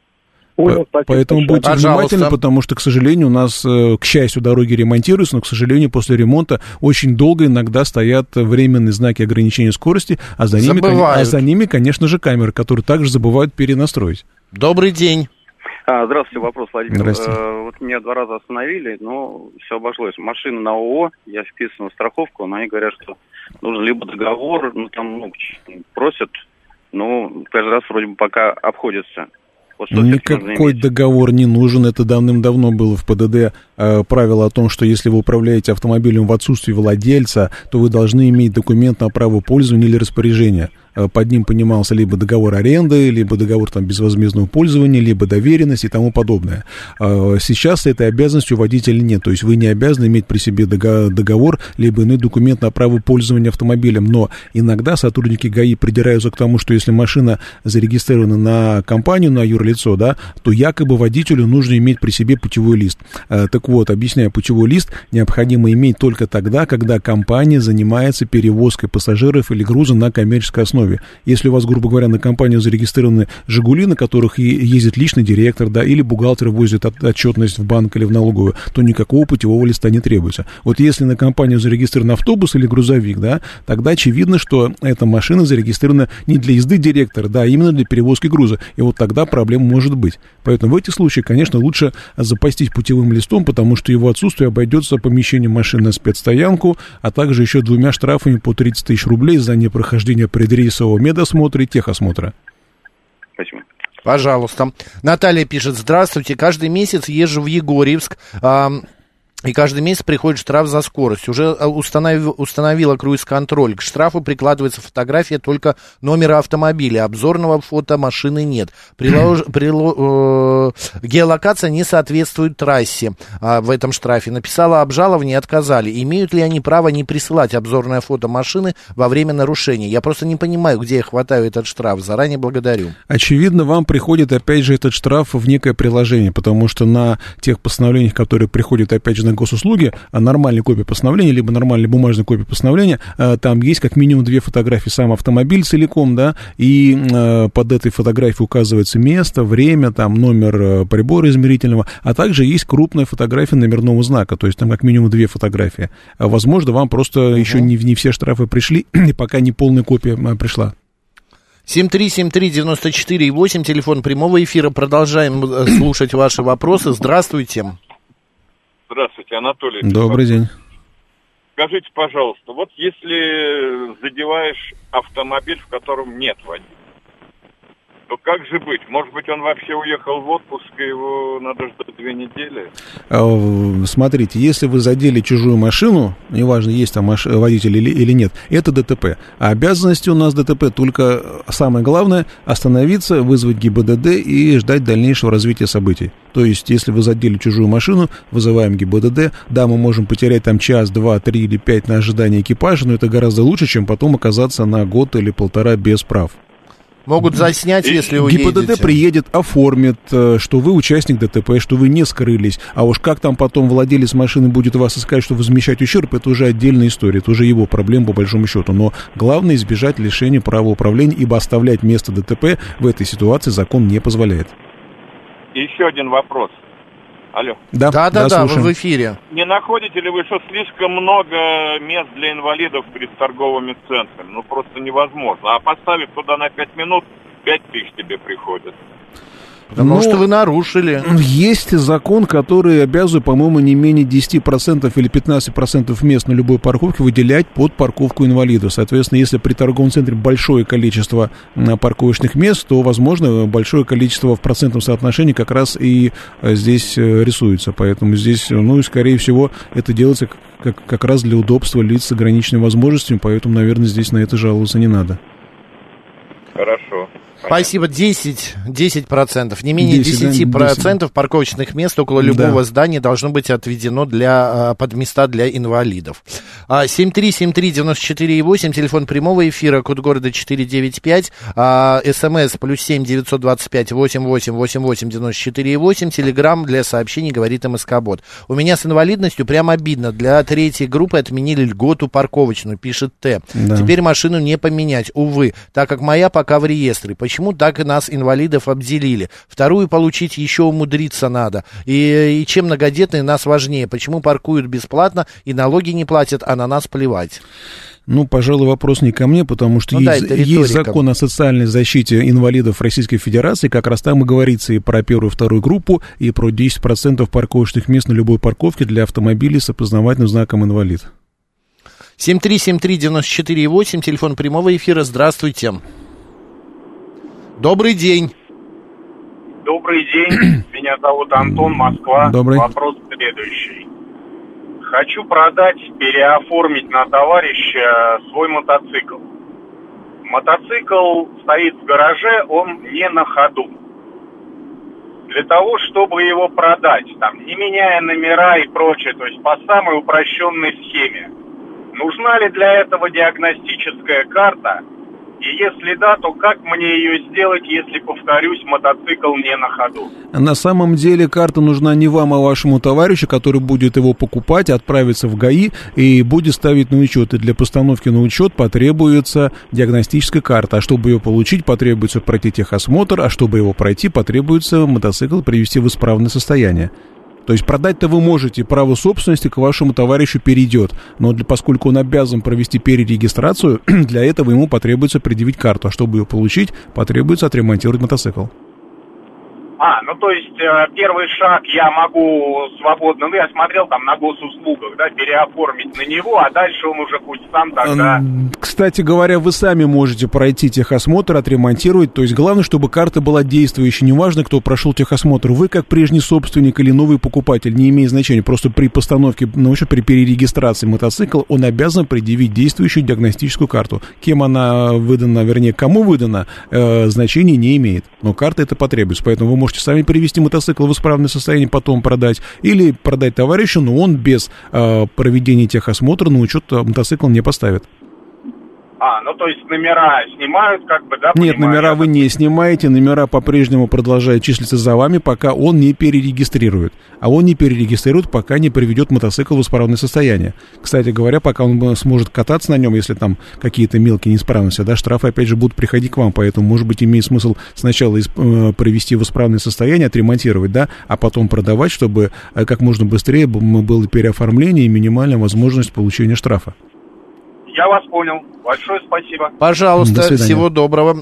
Поэтому будьте внимательны, потому что, к сожалению, у нас, к счастью, дороги ремонтируются, но, к сожалению, после ремонта очень долго иногда стоят временные знаки ограничения скорости, а за ними, конечно же, камеры, которые также забывают перенастроить. Добрый день. Здравствуйте, вопрос, Владимир. Здравствуйте. Вот меня 2 раза остановили, но все обошлось. Машина на ООО, я вписан в страховку, но они говорят, что нужен либо договор, там просят, но каждый раз вроде бы пока обходится. Вот никакой договор не нужен, это давным-давно было в ПДД правило о том, что если вы управляете автомобилем в отсутствии владельца, то вы должны иметь документ на право пользования или распоряжения. Под ним понимался либо договор аренды, либо договор безвозмездного пользования, либо доверенность и тому подобное. Сейчас этой обязанности у водителя нет, то есть вы не обязаны иметь при себе договор, либо иной документ на право пользования автомобилем, но иногда сотрудники ГАИ придираются к тому, что если машина зарегистрирована на компанию, на юрлицо, да, то якобы водителю нужно иметь при себе путевой лист. Так вот, объясняю, путевой лист необходимо иметь только тогда, когда компания занимается перевозкой пассажиров или груза на коммерческой основе. Если у вас, грубо говоря, на компанию зарегистрированы «Жигули», на которых ездит личный директор, да, или бухгалтер возит отчетность в банк или в налоговую, то никакого путевого листа не требуется. Вот если на компанию зарегистрирован автобус или грузовик, да, тогда очевидно, что эта машина зарегистрирована не для езды директора, да, а именно для перевозки груза. И вот тогда проблема может быть. Поэтому в этих случаях, конечно, лучше запастись путевым листом, потому что его отсутствие обойдется помещением машины на спецстоянку, а также еще 2 штрафами по 30 тысяч рублей за непрохождение предрейсового медосмотра и техосмотра. Спасибо. Пожалуйста. Наталья пишет: здравствуйте, каждый месяц езжу в Егорьевск, и каждый месяц приходит штраф за скорость. Уже установила круиз-контроль. К штрафу прикладывается фотография только номера автомобиля. Обзорного фото машины нет. Геолокация не соответствует трассе в этом штрафе. Написала обжалование, отказали. Имеют ли они право не присылать обзорное фото машины во время нарушения? Я просто не понимаю, где я хватаю этот штраф. Заранее благодарю. Очевидно, вам приходит, опять же, этот штраф в некое приложение, потому что на тех постановлениях, которые приходят, опять же, на госуслуги, нормальная копия постановления, либо нормальная бумажная копия постановления, там есть как минимум 2 фотографии, сам автомобиль целиком, да, и под этой фотографией указывается место, время, там номер прибора измерительного, а также есть крупная фотография номерного знака, то есть там как минимум 2 фотографии. Возможно, вам просто еще не все штрафы пришли, и пока не полная копия пришла. 7373948, телефон прямого эфира. Продолжаем слушать ваши вопросы. Здравствуйте. Здравствуйте, Анатолий. Добрый день. Скажите, пожалуйста, вот если задеваешь автомобиль, в котором нет водителя, то как же быть? Может быть, он вообще уехал в отпуск, и его надо ждать 2 недели? Смотрите, если вы задели чужую машину, неважно, есть там водитель или нет, это ДТП. А обязанности у нас ДТП только самое главное — остановиться, вызвать ГИБДД и ждать дальнейшего развития событий. То есть, если вы задели чужую машину, вызываем ГИБДД, да, мы можем потерять там 1, 2, 3 или 5 на ожидание экипажа, но это гораздо лучше, чем потом оказаться на год или 1,5 без прав. Могут заснять, если уедете. ГИБДД приедет, оформит, что вы участник ДТП, что вы не скрылись. А уж как там потом владелец машины будет вас искать, чтобы возмещать ущерб, это уже отдельная история, это уже его проблема по большому счету. Но главное — избежать лишения права управления, ибо оставлять место ДТП в этой ситуации закон не позволяет. И еще один вопрос. Алло. Да, вы в эфире. Не находите ли вы, что слишком много мест для инвалидов перед торговыми центрами? Ну, просто невозможно. А поставив туда на 5 минут, 5 тысяч тебе приходит. Потому что вы нарушили. Есть закон, который обязывает, по-моему, не менее 10% или 15% мест на любой парковке выделять под парковку инвалидов. Соответственно, если при торговом центре большое количество парковочных мест, то, возможно, большое количество в процентном соотношении как раз и здесь рисуется. Поэтому здесь, скорее всего, это делается как раз для удобства лиц с ограниченными возможностями, поэтому, наверное, здесь на это жаловаться не надо. Хорошо. Спасибо. 10%, не менее 10% парковочных мест около любого здания должно быть отведено под места для инвалидов. 7373948, телефон прямого эфира, код города 495, СМС +7 925 88 88 94,8, телеграм для сообщений говорит МСК-бот. У меня с инвалидностью прям обидно. Для 3-й группы отменили льготу парковочную, пишет Т. Да. Теперь машину не поменять, увы, так как моя пока в реестре. Почему так и нас, инвалидов, обделили? 2-ю получить еще умудриться надо. И чем многодетные нас важнее? Почему паркуют бесплатно и налоги не платят, а на нас плевать? Ну, пожалуй, вопрос не ко мне, потому что есть закон о социальной защите инвалидов Российской Федерации, как раз там и говорится и про первую и вторую группу, и про 10% парковочных мест на любой парковке для автомобилей с опознавательным знаком «инвалид». 7373948, телефон прямого эфира, здравствуйте. Добрый день. Добрый день, меня зовут Антон, Москва. Добрый. Вопрос следующий. Хочу продать, переоформить на товарища свой мотоцикл. Мотоцикл стоит в гараже, он не на ходу. Для того, чтобы его продать, там, не меняя номера и прочее, то есть по самой упрощенной схеме, нужна ли для этого диагностическая карта? И если да, то как мне ее сделать, если, повторюсь, мотоцикл не на ходу? На самом деле карта нужна не вам, а вашему товарищу, который будет его покупать, отправиться в ГАИ и будет ставить на учет. И для постановки на учет потребуется диагностическая карта. А чтобы ее получить, потребуется пройти техосмотр, а чтобы его пройти, потребуется мотоцикл привести в исправное состояние. То есть продать-то вы можете, право собственности к вашему товарищу перейдет, но поскольку он обязан провести перерегистрацию, для этого ему потребуется предъявить карту, а чтобы ее получить, потребуется отремонтировать мотоцикл. Ну то есть первый шаг я могу свободно, я смотрел там на госуслугах, да, переоформить на него, а дальше он уже пусть сам тогда... Кстати говоря, вы сами можете пройти техосмотр, отремонтировать, то есть главное, чтобы карта была действующей, неважно, кто прошел техосмотр, вы как прежний собственник или новый покупатель, не имеет значения, просто при постановке на учет, при перерегистрации мотоцикла, он обязан предъявить действующую диагностическую карту. Кем она выдана, вернее, кому выдана, значения не имеет, но карта это потребуется, поэтому вы можете сами привести мотоцикл в исправное состояние, потом продать, или продать товарищу, но он без проведения техосмотра на учет мотоцикл не поставит. Ну то есть номера снимают, как бы, да? Нет, номера вы не снимаете, номера по-прежнему продолжают числиться за вами, пока он не перерегистрирует. А он не перерегистрирует, пока не приведет мотоцикл в исправное состояние. Кстати говоря, пока он сможет кататься на нем, если там какие-то мелкие неисправности, да, штрафы опять же будут приходить к вам, поэтому, может быть, имеет смысл сначала привести в исправное состояние, отремонтировать, да, а потом продавать, чтобы как можно быстрее было переоформление и минимальная возможность получения штрафа. Я вас понял. Большое спасибо. Пожалуйста, всего доброго.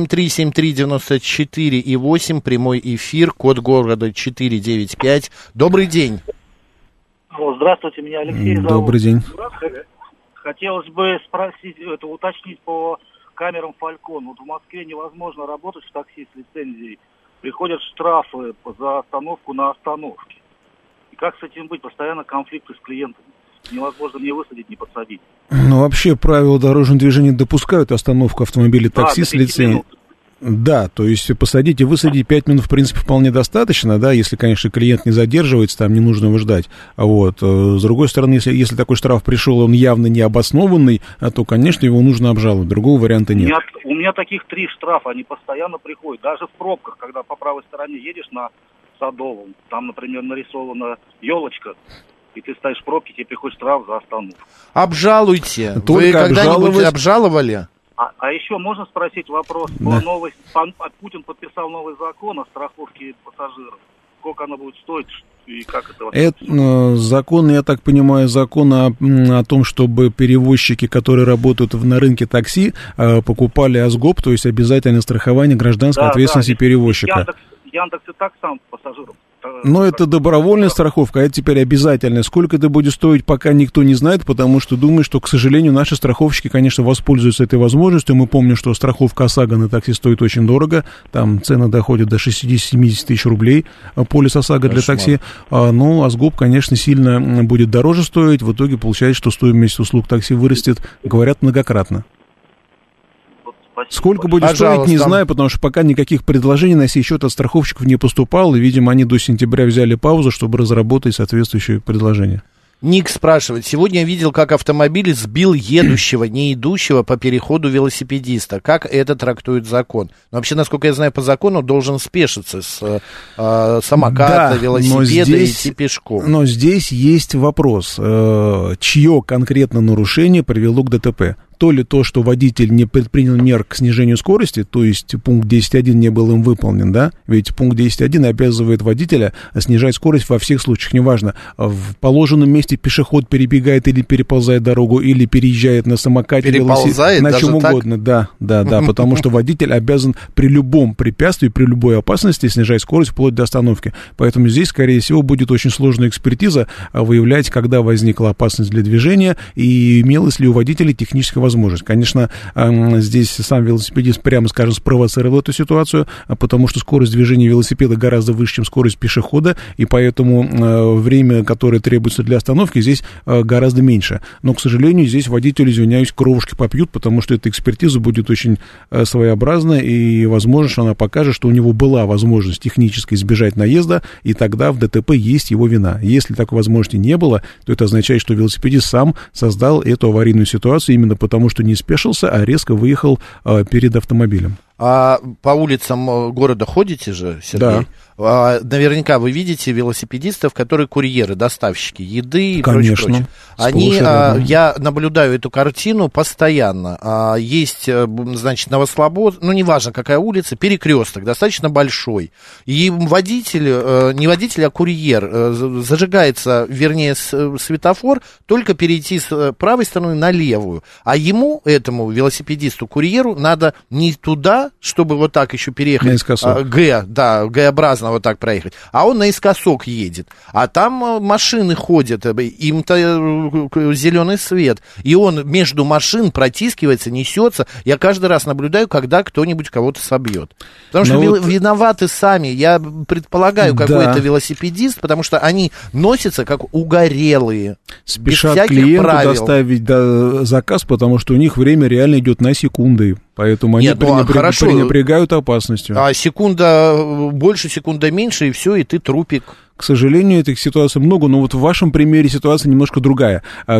7373948, прямой эфир, код города 495. Добрый день. Здравствуйте, меня Алексей зовут. Добрый день. Хотелось бы спросить, уточнить по камерам Falcon. Вот в Москве невозможно работать в такси с лицензией. Приходят штрафы за остановку на остановке. И как с этим быть? Постоянно конфликты с клиентами. Невозможно не высадить, не подсадить. Ну, вообще, правила дорожного движения допускают остановку автомобиля такси с лицензией. Да, то есть посадить и высадить 5 минут, в принципе, вполне достаточно, да, если, конечно, клиент не задерживается, там не нужно его ждать. Вот. С другой стороны, если такой штраф пришел, он явно необоснованный, то, конечно, его нужно обжаловать. Другого варианта нет. У меня таких 3 штрафа, они постоянно приходят. Даже в пробках, когда по правой стороне едешь на Садовом, там, например, нарисована елочка, и ты стоишь в пробке, тебе приходит штраф за остановку. Обжалуйте. Только вы когда-нибудь обжаловали? А еще можно спросить вопрос? Да. Путин подписал новый закон о страховке пассажиров. Сколько она будет стоить и как это вообще? Это закон, я так понимаю, закон о том, чтобы перевозчики, которые работают на рынке такси, покупали ОСГОП, то есть обязательное страхование гражданской ответственности перевозчика. Яндекс и так сам пассажиров. Но это добровольная страховка, а это теперь обязательная. Сколько это будет стоить, пока никто не знает, потому что думаю, что, к сожалению, наши страховщики, конечно, воспользуются этой возможностью. Мы помним, что страховка ОСАГО на такси стоит очень дорого. Там цены доходят до 60-70 тысяч рублей, полис ОСАГО для такси. Но ОСГОП, конечно, сильно будет дороже стоить. В итоге получается, что стоимость услуг такси вырастет, говорят, многократно. Сколько будет стоить, не знаю, потому что пока никаких предложений на сей счет от страховщиков не поступало, и, видимо, они до сентября взяли паузу, чтобы разработать соответствующие предложения. Ник спрашивает. Сегодня я видел, как автомобиль сбил едущего, не идущего по переходу велосипедиста. Как это трактует закон? Но вообще, насколько я знаю, по закону должен спешиться с самоката, велосипеда и идти пешком. Но здесь есть вопрос. Чье конкретно нарушение привело к ДТП? то ли то, что водитель не предпринял мер к снижению скорости, то есть пункт 10.1 не был им выполнен, да, ведь пункт 10.1 обязывает водителя снижать скорость во всех случаях, неважно, в положенном месте пешеход перебегает или переползает дорогу, или переезжает на самокате, велосипеде, на чем угодно, да, потому что водитель обязан при любом препятствии, при любой опасности снижать скорость вплоть до остановки, поэтому здесь, скорее всего, будет очень сложная экспертиза выявлять, когда возникла опасность для движения и имелась ли у водителя техническая возможность. Конечно, здесь сам велосипедист, прямо скажем, спровоцировал эту ситуацию, потому что скорость движения велосипеда гораздо выше, чем скорость пешехода, и поэтому время, которое требуется для остановки, здесь гораздо меньше. Но, к сожалению, здесь водитель, извиняюсь, кровушки попьют, потому что эта экспертиза будет очень своеобразная, и, возможно, что она покажет, что у него была возможность технически избежать наезда, и тогда в ДТП есть его вина. Если такой возможности не было, то это означает, что велосипедист сам создал эту аварийную ситуацию именно потому, что не спешился, а резко выехал перед автомобилем. А по улицам города ходите же, Сергей? Да. Наверняка вы видите велосипедистов, которые курьеры, доставщики еды и прочее. Они, я наблюдаю эту картину постоянно. Есть, значит, Новослобод, ну, неважно, какая улица, перекресток, достаточно большой. И водитель, не водитель, а курьер, зажигается, вернее, светофор, только перейти с правой стороны на левую. А ему, этому велосипедисту-курьеру, надо не туда, чтобы вот так еще переехать, наискосок. Г-образно вот так проехать, а он наискосок едет, а там машины ходят, им-то зеленый свет, и он между машин протискивается, несется, я каждый раз наблюдаю, когда кто-нибудь кого-то собьет, потому что виноваты сами, я предполагаю, какой это велосипедист, потому что они носятся как угорелые, спешат клиенту доставить заказ, потому что у них время реально идет на секунды. Поэтому они пренебрегают опасностью. А секунда больше, секунда меньше, и все, и ты трупик. К сожалению, этих ситуаций много, но вот в вашем примере ситуация немножко другая.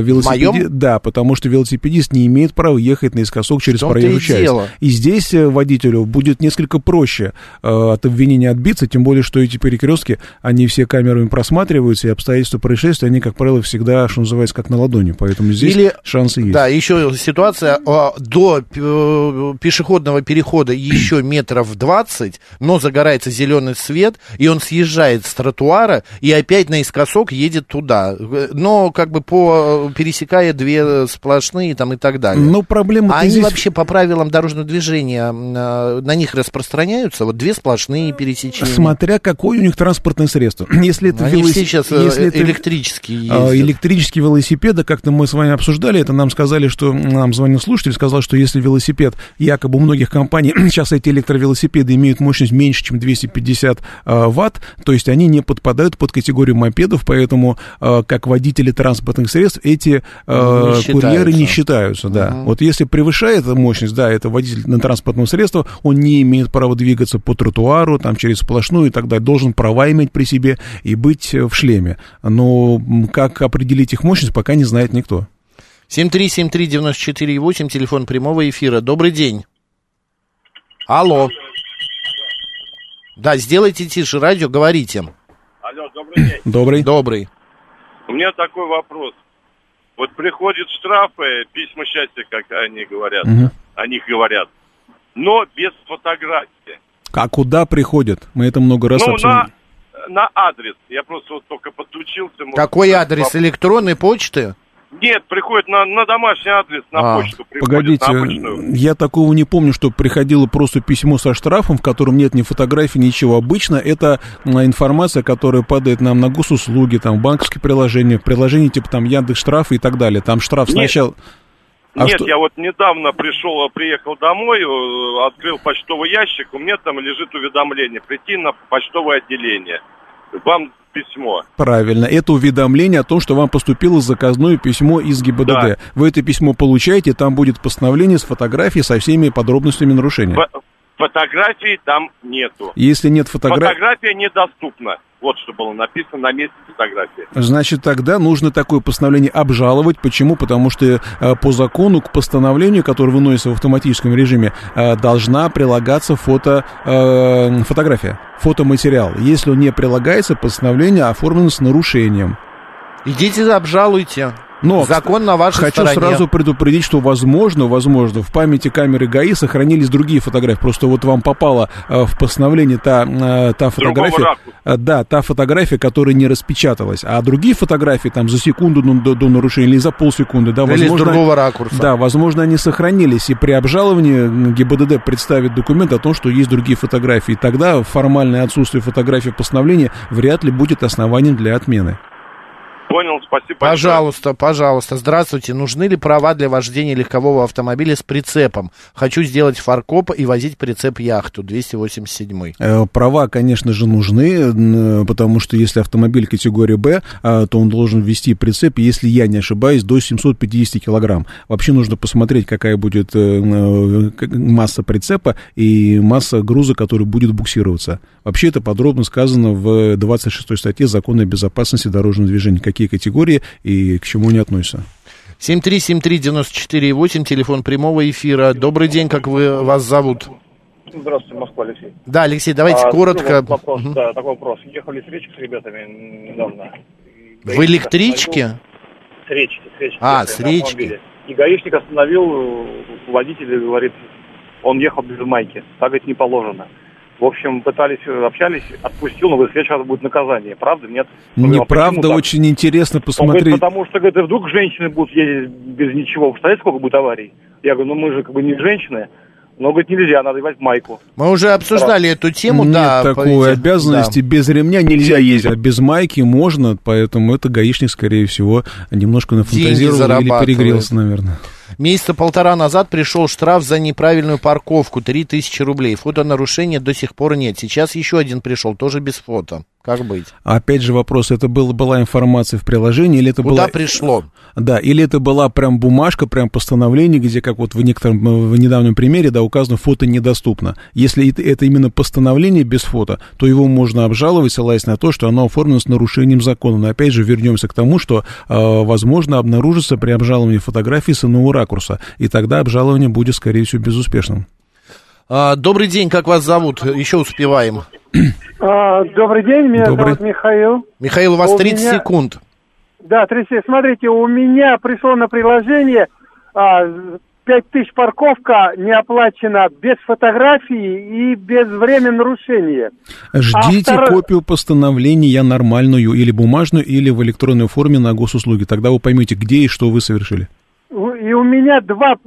Да, потому что велосипедист не имеет права ехать наискосок через проезжую часть. И здесь водителю будет несколько проще от обвинения отбиться, тем более, что эти перекрестки, они все камерами просматриваются, и обстоятельства происшествия, они, как правило, всегда, что называется, как на ладони. Поэтому здесь шансы есть. Да, еще ситуация до пешеходного перехода еще метров 20, но загорается зеленый свет, и он съезжает с тротуара, и опять наискосок едет туда, но как бы пересекая две сплошные там и так далее. Но проблема они вообще по правилам дорожного движения на них распространяются, вот две сплошные пересечения. Смотря какое у них транспортное средство. Если это они все сейчас электрические ездят. Электрические велосипеды, как-то мы с вами обсуждали, это нам сказали, что нам звонил слушатель, сказал, что если велосипед, якобы у многих компаний, сейчас эти электровелосипеды имеют мощность меньше, чем 250 ватт, то есть они не подпадают под категорию мопедов, поэтому как водители транспортных средств эти курьеры не считаются. Да. Вот если превышает мощность, да, это водитель на транспортном средстве, он не имеет права двигаться по тротуару, там, через сплошную и так далее, должен права иметь при себе и быть в шлеме. Но как определить их мощность, пока не знает никто. 7373948, телефон прямого эфира. Добрый день. Алло. Да, сделайте тише радио, говорите. Алло, добрый день. Добрый. У меня такой вопрос. Вот приходят штрафы, письма счастья, как они говорят, о них говорят, но без фотографии. А куда приходят? Мы это много раз обсудили. На адрес. Я просто вот только подключился. Какой адрес? Электронной почты? Нет, приходит на домашний адрес, на почту приходит. Погодите, я такого не помню, что приходило просто письмо со штрафом, в котором нет ни фотографий, ничего. Обычно это информация, которая падает нам на госуслуги, там, банковские приложения, приложения типа там Яндекс.Штрафы и так далее. Там штраф сначала... Я вот недавно приехал домой, открыл почтовый ящик, у меня там лежит уведомление, прийти на почтовое отделение. Вам письмо. Правильно. Это уведомление о том, что вам поступило заказное письмо из ГИБДД. Да. Вы это письмо получаете, там будет постановление с фотографией со всеми подробностями нарушения. Фотографии там нету. Если нет фотографии... Фотография недоступна. Вот что было написано на месте фотографии. Значит, тогда нужно такое постановление обжаловать. Почему? Потому что по закону к постановлению, которое выносится в автоматическом режиме, должна прилагаться фотография, фотоматериал. Если он не прилагается, постановление оформлено с нарушением. Идите обжалуйте. Но закон на вашей стороне. Хочу сразу предупредить, что возможно, в памяти камеры ГАИ сохранились другие фотографии. Просто вот вам попала в постановление та фотография, та фотография, которая не распечаталась. А другие фотографии там за секунду до нарушения или за полсекунды, да, возможно, или с другого ракурса. Да, возможно, они сохранились. И при обжаловании ГИБДД представит документ о том, что есть другие фотографии. И тогда формальное отсутствие фотографии в постановлении вряд ли будет основанием для отмены. Понял, спасибо. Пожалуйста. Здравствуйте. Нужны ли права для вождения легкового автомобиля с прицепом? Хочу сделать фаркоп и возить прицеп-яхту. 287. Права, конечно же, нужны, потому что если автомобиль категории Б, то он должен ввести прицеп, если я не ошибаюсь, до 750 килограмм. Вообще нужно посмотреть, какая будет масса прицепа и масса груза, который будет буксироваться. Вообще это подробно сказано в 26 статье Закона о безопасности дорожного движения. Какие категории и к чему они относятся. 7373948, телефон прямого эфира. Добрый день, как вас зовут? Здравствуйте, Москва, Алексей. Да, Алексей, давайте коротко. Вопрос, да, такой вопрос. Ехали с речки с ребятами недавно. В электричке? С речки. С речки. И гаишник остановил, водитель говорит, он ехал без майки. Так ведь не положено. В общем, общались, отпустил, но в следующий раз будет наказание. Правда? Нет? Неправда, очень интересно посмотреть. Он говорит, потому что, говорит, вдруг женщины будут ездить без ничего. Представляете, сколько будет аварий? Я говорю, мы же не женщины. Но, говорит, нельзя, надо одевать майку. Мы уже обсуждали эту тему. Нет такой обязанности. Да. Без ремня нельзя ездить, а без майки можно. Поэтому это гаишник, скорее всего, немножко нафантазировал или перегрелся, наверное. Месяца полтора назад пришел штраф за неправильную парковку, 3000 рублей. Фотонарушения до сих пор нет. Сейчас еще один пришел, тоже без фото. Как быть? Опять же вопрос, это была информация в приложении, или это Куда пришло? Да, или это была прям бумажка, прям постановление, где, как вот в недавнем примере, да, указано, фото недоступно. Если это именно постановление без фото, то его можно обжаловать, ссылаясь на то, что оно оформлено с нарушением закона. Но опять же вернемся к тому, что, возможно, обнаружится при обжаловании фотографии с иного ракурса, и тогда обжалование будет, скорее всего, безуспешным. Добрый день, как вас зовут? Еще успеваем. Добрый день, меня зовут Михаил. Михаил, у вас 30 секунд. Да, 30 секунд. Смотрите, у меня пришло на приложение 5000 парковка не оплачена без фотографии и без времени нарушения. Ждите копию постановления нормальную, или бумажную, или в электронной форме на госуслуги. Тогда вы поймете, где и что вы совершили. И у меня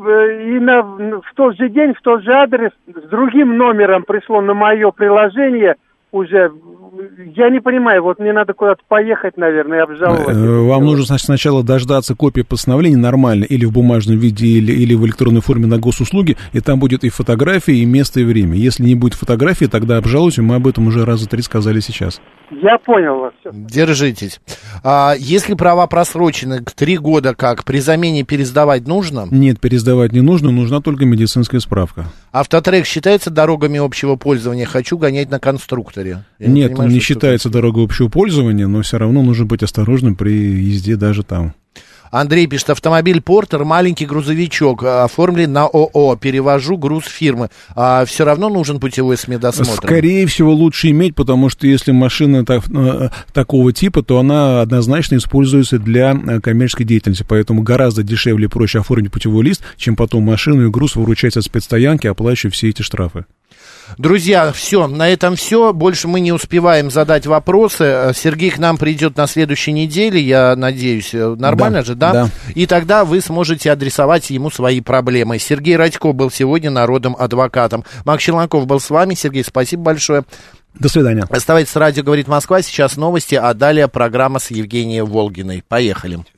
в тот же день, в тот же адрес, с другим номером пришло на мое приложение уже. Я не понимаю, вот мне надо куда-то поехать, наверное, и обжаловать. Вам нужно сначала дождаться копии постановления нормально, или в бумажном виде, или в электронной форме на госуслуги, и там будет и фотография, и место, и время. Если не будет фотографии, тогда обжалуйте, мы об этом уже раза 3 сказали сейчас. Я понял вас. Все. Держитесь. Если права просрочены 3 года, как при замене пересдавать нужно? Нет, пересдавать не нужно, нужна только медицинская справка. Автотрек считается дорогами общего пользования? Хочу гонять на конструкторе. Нет, он не считается дорогой общего пользования, но все равно нужно быть осторожным при езде даже там. Андрей пишет, автомобиль Портер, маленький грузовичок, оформлен на ООО, перевожу груз фирмы. Все равно нужен путевой с медосмотром? Скорее всего, лучше иметь, потому что если машина такого типа, то она однозначно используется для коммерческой деятельности. Поэтому гораздо дешевле и проще оформить путевой лист, чем потом машину и груз выручать от спецстоянки, оплачивая все эти штрафы. Друзья, все, на этом все. Больше мы не успеваем задать вопросы. Сергей к нам придет на следующей неделе, я надеюсь. Нормально же, да? Да. И тогда вы сможете адресовать ему свои проблемы. Сергей Радько был сегодня народным адвокатом. Макс Челноков был с вами. Сергей, спасибо большое. До свидания. Оставайтесь с радио «Говорит Москва». Сейчас новости, а далее программа с Евгенией Волгиной. Поехали.